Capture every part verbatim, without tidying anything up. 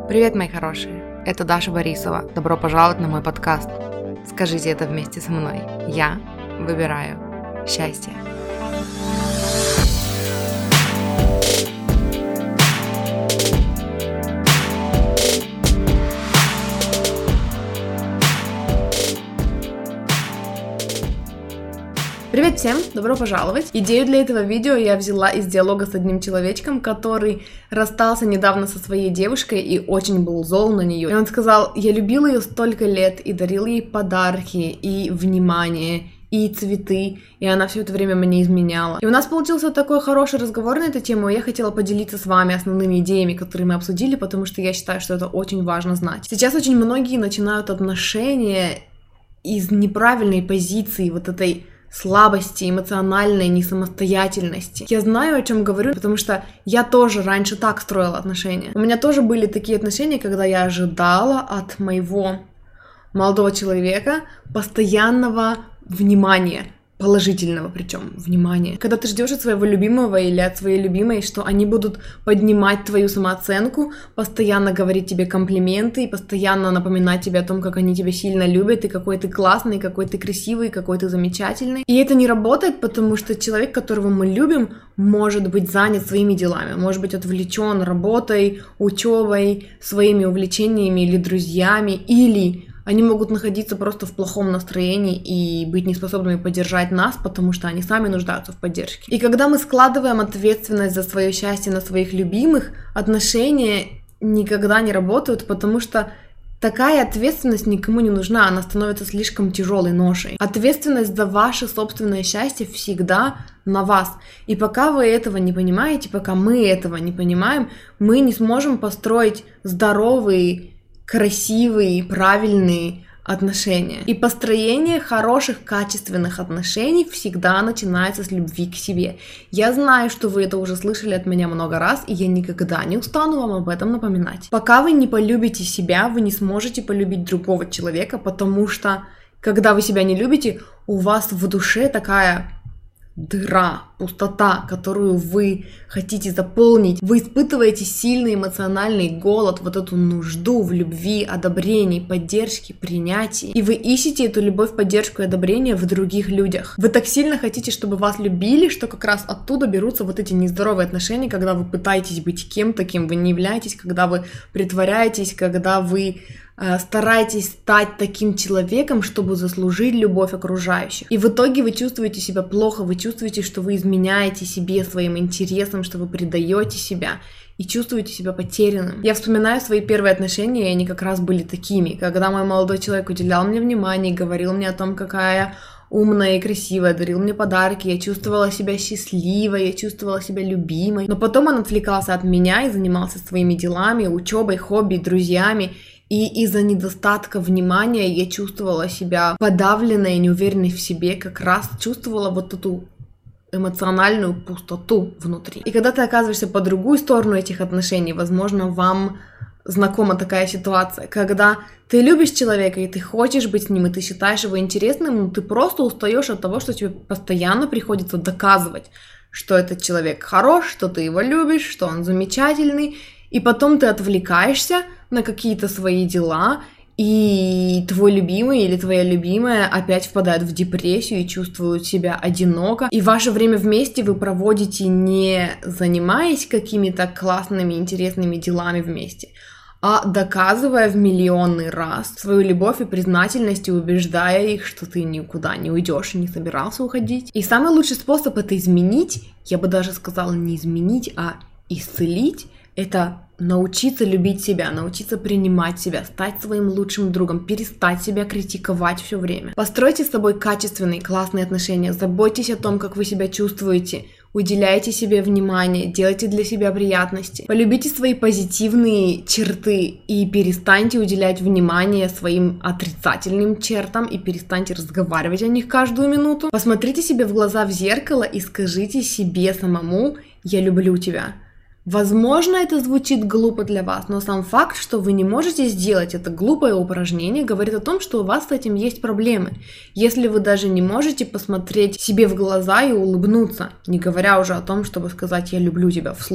Привет, мои хорошие! Это Даша Борисова. Добро пожаловать на мой подкаст. Скажите это вместе со мной. Я выбираю счастье. Привет всем, добро пожаловать! Идею для этого видео я взяла из диалога с одним человечком, который расстался недавно со своей девушкой и очень был зол на нее. И он сказал: я любил ее столько лет и дарил ей подарки и внимание, и цветы, и она все это время мне изменяла. И у нас получился такой хороший разговор на эту тему, и я хотела поделиться с вами основными идеями, которые мы обсудили, потому что я считаю, что это очень важно знать. Сейчас очень многие начинают отношения из неправильной позиции, вот этой слабости, эмоциональной несамостоятельности. Я знаю, о чем говорю, потому что я тоже раньше так строила отношения. У меня тоже были такие отношения, когда я ожидала от моего молодого человека постоянного внимания, положительного причем внимания. Когда ты ждешь от своего любимого или от своей любимой, что они будут поднимать твою самооценку, постоянно говорить тебе комплименты и постоянно напоминать тебе о том, как они тебя сильно любят, и какой ты классный, какой ты красивый, какой ты замечательный. И это не работает, потому что человек, которого мы любим, может быть занят своими делами, может быть отвлечен работой, учебой, своими увлечениями или друзьями, или они могут находиться просто в плохом настроении и быть неспособными поддержать нас, потому что они сами нуждаются в поддержке. И когда мы складываем ответственность за свое счастье на своих любимых, отношения никогда не работают, потому что такая ответственность никому не нужна, она становится слишком тяжелой ношей. Ответственность за ваше собственное счастье всегда на вас. И пока вы этого не понимаете, пока мы этого не понимаем, мы не сможем построить здоровые, красивые, правильные отношения. И построение хороших, качественных отношений всегда начинается с любви к себе. Я знаю, что вы это уже слышали от меня много раз, и я никогда не устану вам об этом напоминать. Пока вы не полюбите себя, вы не сможете полюбить другого человека, потому что, когда вы себя не любите, у вас в душе такая дыра, пустота, которую вы хотите заполнить. Вы испытываете сильный эмоциональный голод, вот эту нужду в любви, одобрении, поддержке, принятии. И вы ищете эту любовь, поддержку и одобрение в других людях. Вы так сильно хотите, чтобы вас любили, что как раз оттуда берутся вот эти нездоровые отношения, когда вы пытаетесь быть кем-то, кем вы не являетесь, когда вы притворяетесь, когда вы старайтесь стать таким человеком, чтобы заслужить любовь окружающих. И в итоге вы чувствуете себя плохо, вы чувствуете, что вы изменяете себе, своим интересам, что вы предаете себя и чувствуете себя потерянным. Я вспоминаю свои первые отношения, и они как раз были такими. Когда мой молодой человек уделял мне внимание, говорил мне о том, какая умная и красивая, дарил мне подарки, я чувствовала себя счастливой, я чувствовала себя любимой. Но потом он отвлекался от меня и занимался своими делами, учебой, хобби, друзьями. И из-за недостатка внимания я чувствовала себя подавленной, неуверенной в себе, как раз чувствовала вот эту эмоциональную пустоту внутри. И когда ты оказываешься по другую сторону этих отношений, возможно, вам знакома такая ситуация, когда ты любишь человека, и ты хочешь быть с ним, и ты считаешь его интересным, но ты просто устаешь от того, что тебе постоянно приходится доказывать, что этот человек хорош, что ты его любишь, что он замечательный, и потом ты отвлекаешься на какие-то свои дела, и твой любимый или твоя любимая опять впадают в депрессию и чувствуют себя одиноко. И ваше время вместе вы проводите не занимаясь какими-то классными, интересными делами вместе, а доказывая в миллионный раз свою любовь и признательность и убеждая их, что ты никуда не уйдешь и не собирался уходить. И самый лучший способ это изменить, я бы даже сказала не изменить, а исцелить, это научиться любить себя, научиться принимать себя, стать своим лучшим другом, перестать себя критиковать все время. Постройте с собой качественные, классные отношения, заботьтесь о том, как вы себя чувствуете, уделяйте себе внимание, делайте для себя приятности. Полюбите свои позитивные черты и перестаньте уделять внимание своим отрицательным чертам и перестаньте разговаривать о них каждую минуту. Посмотрите себе в глаза в зеркало и скажите себе самому: «Я люблю тебя». Возможно, это звучит глупо для вас, но сам факт, что вы не можете сделать это глупое упражнение, говорит о том, что у вас с этим есть проблемы. Если вы даже не можете посмотреть себе в глаза и улыбнуться, не говоря уже о том, чтобы сказать «я люблю тебя» вслух.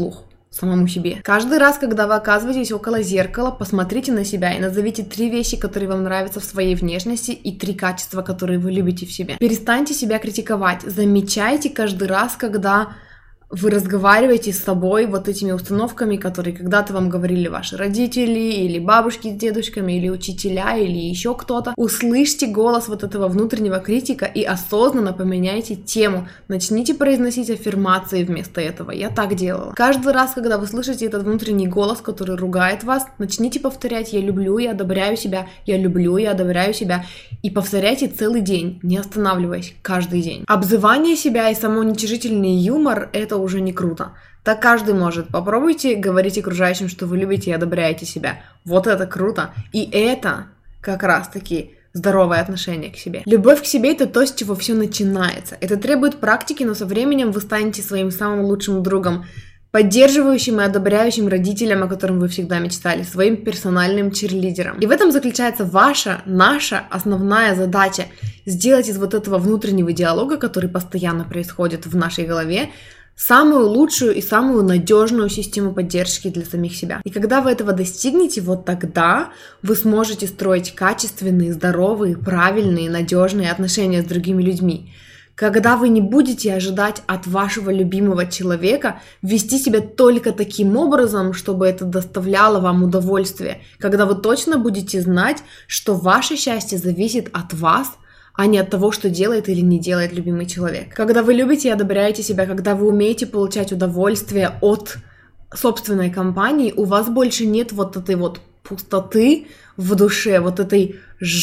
самому себе. Каждый раз, когда вы оказываетесь около зеркала, посмотрите на себя и назовите три вещи, которые вам нравятся в своей внешности, и три качества, которые вы любите в себе. Перестаньте себя критиковать. Замечайте каждый раз, когда вы разговариваете с собой вот этими установками, которые когда-то вам говорили ваши родители, или бабушки с дедушками, или учителя, или еще кто-то. Услышьте голос вот этого внутреннего критика и осознанно поменяйте тему. Начните произносить аффирмации вместо этого. Я так делала. Каждый раз, когда вы слышите этот внутренний голос, который ругает вас, начните повторять: «Я люблю, я одобряю себя, я люблю, я одобряю себя». И повторяйте целый день, не останавливаясь, каждый день. Обзывание себя и самоуничижительный юмор — это уже не круто. Так каждый может. Попробуйте говорить окружающим, что вы любите и одобряете себя. Вот это круто. И это как раз-таки здоровое отношение к себе. Любовь к себе — это то, с чего все начинается. Это требует практики, но со временем вы станете своим самым лучшим другом, поддерживающим и одобряющим родителям, о котором вы всегда мечтали, своим персональным чирлидером. И в этом заключается ваша, наша основная задача — сделать из вот этого внутреннего диалога, который постоянно происходит в нашей голове, самую лучшую и самую надежную систему поддержки для самих себя. И когда вы этого достигнете, вот тогда вы сможете строить качественные, здоровые, правильные, надежные отношения с другими людьми. Когда вы не будете ожидать от вашего любимого человека вести себя только таким образом, чтобы это доставляло вам удовольствие. Когда вы точно будете знать, что ваше счастье зависит от вас, а не от того, что делает или не делает любимый человек. Когда вы любите и одобряете себя, когда вы умеете получать удовольствие от собственной компании, у вас больше нет вот этой вот пустоты в душе, вот этой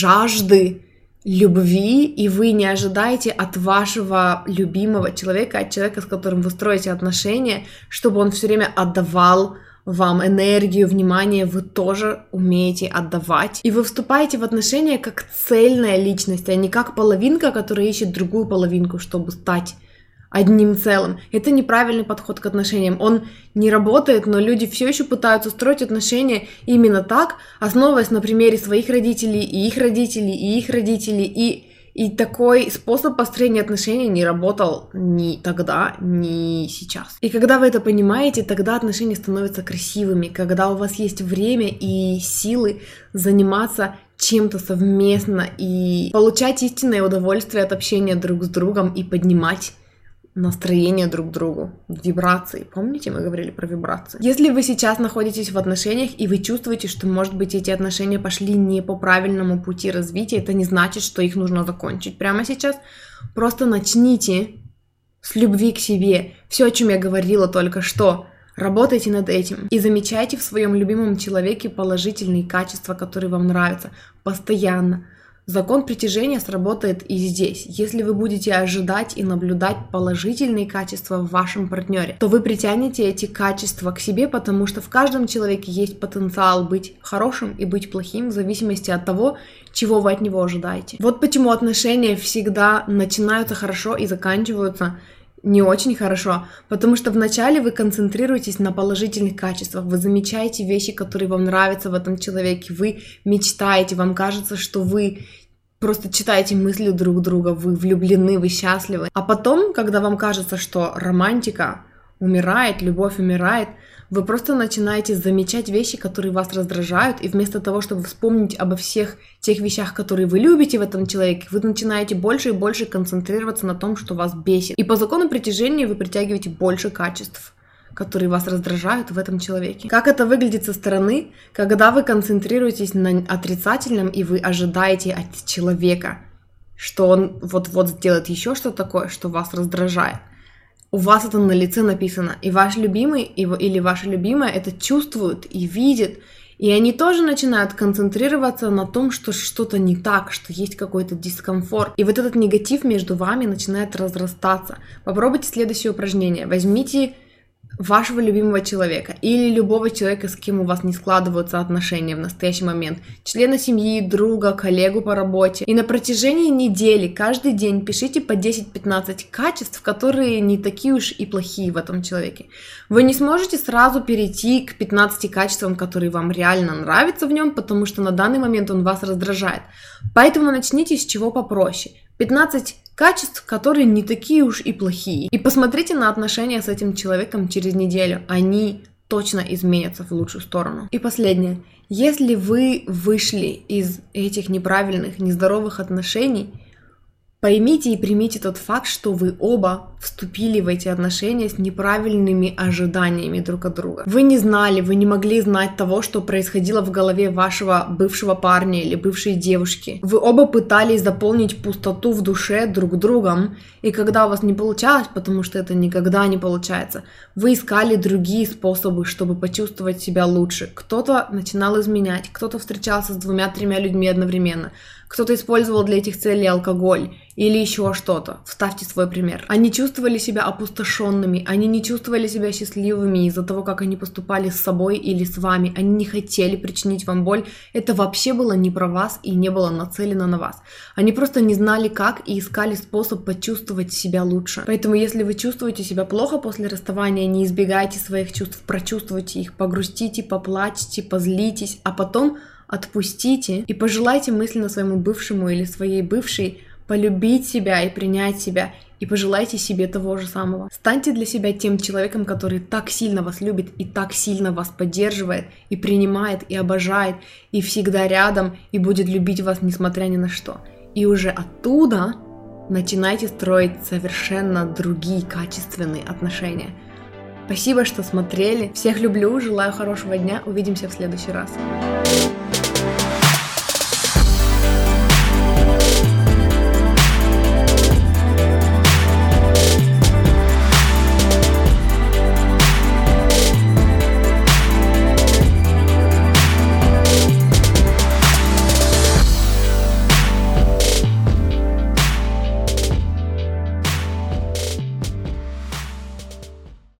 жажды любви, и вы не ожидаете от вашего любимого человека, от человека, с которым вы строите отношения, чтобы он все время отдавал вам энергию, внимание, вы тоже умеете отдавать. И вы вступаете в отношения как цельная личность, а не как половинка, которая ищет другую половинку, чтобы стать одним целым. Это неправильный подход к отношениям. Он не работает, но люди все еще пытаются строить отношения именно так, основываясь на примере своих родителей, и их родителей, и их родителей, и И такой способ построения отношений не работал ни тогда, ни сейчас. И когда вы это понимаете, тогда отношения становятся красивыми, когда у вас есть время и силы заниматься чем-то совместно и получать истинное удовольствие от общения друг с другом и поднимать настроение друг другу, вибрации. Помните, мы говорили про вибрации? Если вы сейчас находитесь в отношениях и вы чувствуете, что, может быть, эти отношения пошли не по правильному пути развития, это не значит, что их нужно закончить прямо сейчас. Просто начните с любви к себе. Все, о чем я говорила только что. Работайте над этим и замечайте в своем любимом человеке положительные качества, которые вам нравятся, постоянно. Закон притяжения сработает и здесь. Если вы будете ожидать и наблюдать положительные качества в вашем партнере, то вы притянете эти качества к себе, потому что в каждом человеке есть потенциал быть хорошим и быть плохим в зависимости от того, чего вы от него ожидаете. Вот почему отношения всегда начинаются хорошо и заканчиваются не очень хорошо, потому что вначале вы концентрируетесь на положительных качествах, вы замечаете вещи, которые вам нравятся в этом человеке, вы мечтаете, вам кажется, что вы просто читаете мысли друг друга, вы влюблены, вы счастливы. А потом, когда вам кажется, что романтика умирает, любовь умирает, вы просто начинаете замечать вещи, которые вас раздражают, и вместо того, чтобы вспомнить обо всех тех вещах, которые вы любите в этом человеке, вы начинаете больше и больше концентрироваться на том, что вас бесит. И по закону притяжения вы притягиваете больше качеств, которые вас раздражают в этом человеке. Как это выглядит со стороны, когда вы концентрируетесь на отрицательном, и вы ожидаете от человека, что он вот-вот сделает еще что-то такое, что вас раздражает. У вас это на лице написано, и ваш любимый или ваша любимая это чувствуют и видят, и они тоже начинают концентрироваться на том, что что-то не так, что есть какой-то дискомфорт. И вот этот негатив между вами начинает разрастаться. Попробуйте следующее упражнение. Возьмите вашего любимого человека или любого человека, с кем у вас не складываются отношения в настоящий момент, члена семьи, друга, коллегу по работе. И на протяжении недели каждый день пишите по десять-пятнадцать качеств, которые не такие уж и плохие в этом человеке. Вы не сможете сразу перейти к пятнадцати качествам, которые вам реально нравятся в нем, потому что на данный момент он вас раздражает. Поэтому начните с чего попроще. пятнадцать качеств, которые не такие уж и плохие. И посмотрите на отношения с этим человеком через неделю. Они точно изменятся в лучшую сторону. И последнее. Если вы вышли из этих неправильных, нездоровых отношений, поймите и примите тот факт, что вы оба вступили в эти отношения с неправильными ожиданиями друг от друга. Вы не знали, вы не могли знать того, что происходило в голове вашего бывшего парня или бывшей девушки. Вы оба пытались заполнить пустоту в душе друг другом, и когда у вас не получалось, потому что это никогда не получается, вы искали другие способы, чтобы почувствовать себя лучше. Кто-то начинал изменять, кто-то встречался с двумя-тремя людьми одновременно, кто-то использовал для этих целей алкоголь или еще что-то. Вставьте свой пример. Они чувствовали себя опустошенными, они не чувствовали себя счастливыми из-за того, как они поступали с собой или с вами. Они не хотели причинить вам боль. Это вообще было не про вас и не было нацелено на вас. Они просто не знали как и искали способ почувствовать себя лучше. Поэтому, если вы чувствуете себя плохо после расставания, не избегайте своих чувств, прочувствуйте их, погрустите, поплачьте, позлитесь, а потом отпустите и пожелайте мысленно своему бывшему или своей бывшей полюбить себя и принять себя, и пожелайте себе того же самого. Станьте для себя тем человеком, который так сильно вас любит и так сильно вас поддерживает, и принимает, и обожает, и всегда рядом, и будет любить вас несмотря ни на что. И уже оттуда начинайте строить совершенно другие качественные отношения. Спасибо, что смотрели. Всех люблю, желаю хорошего дня. Увидимся в следующий раз.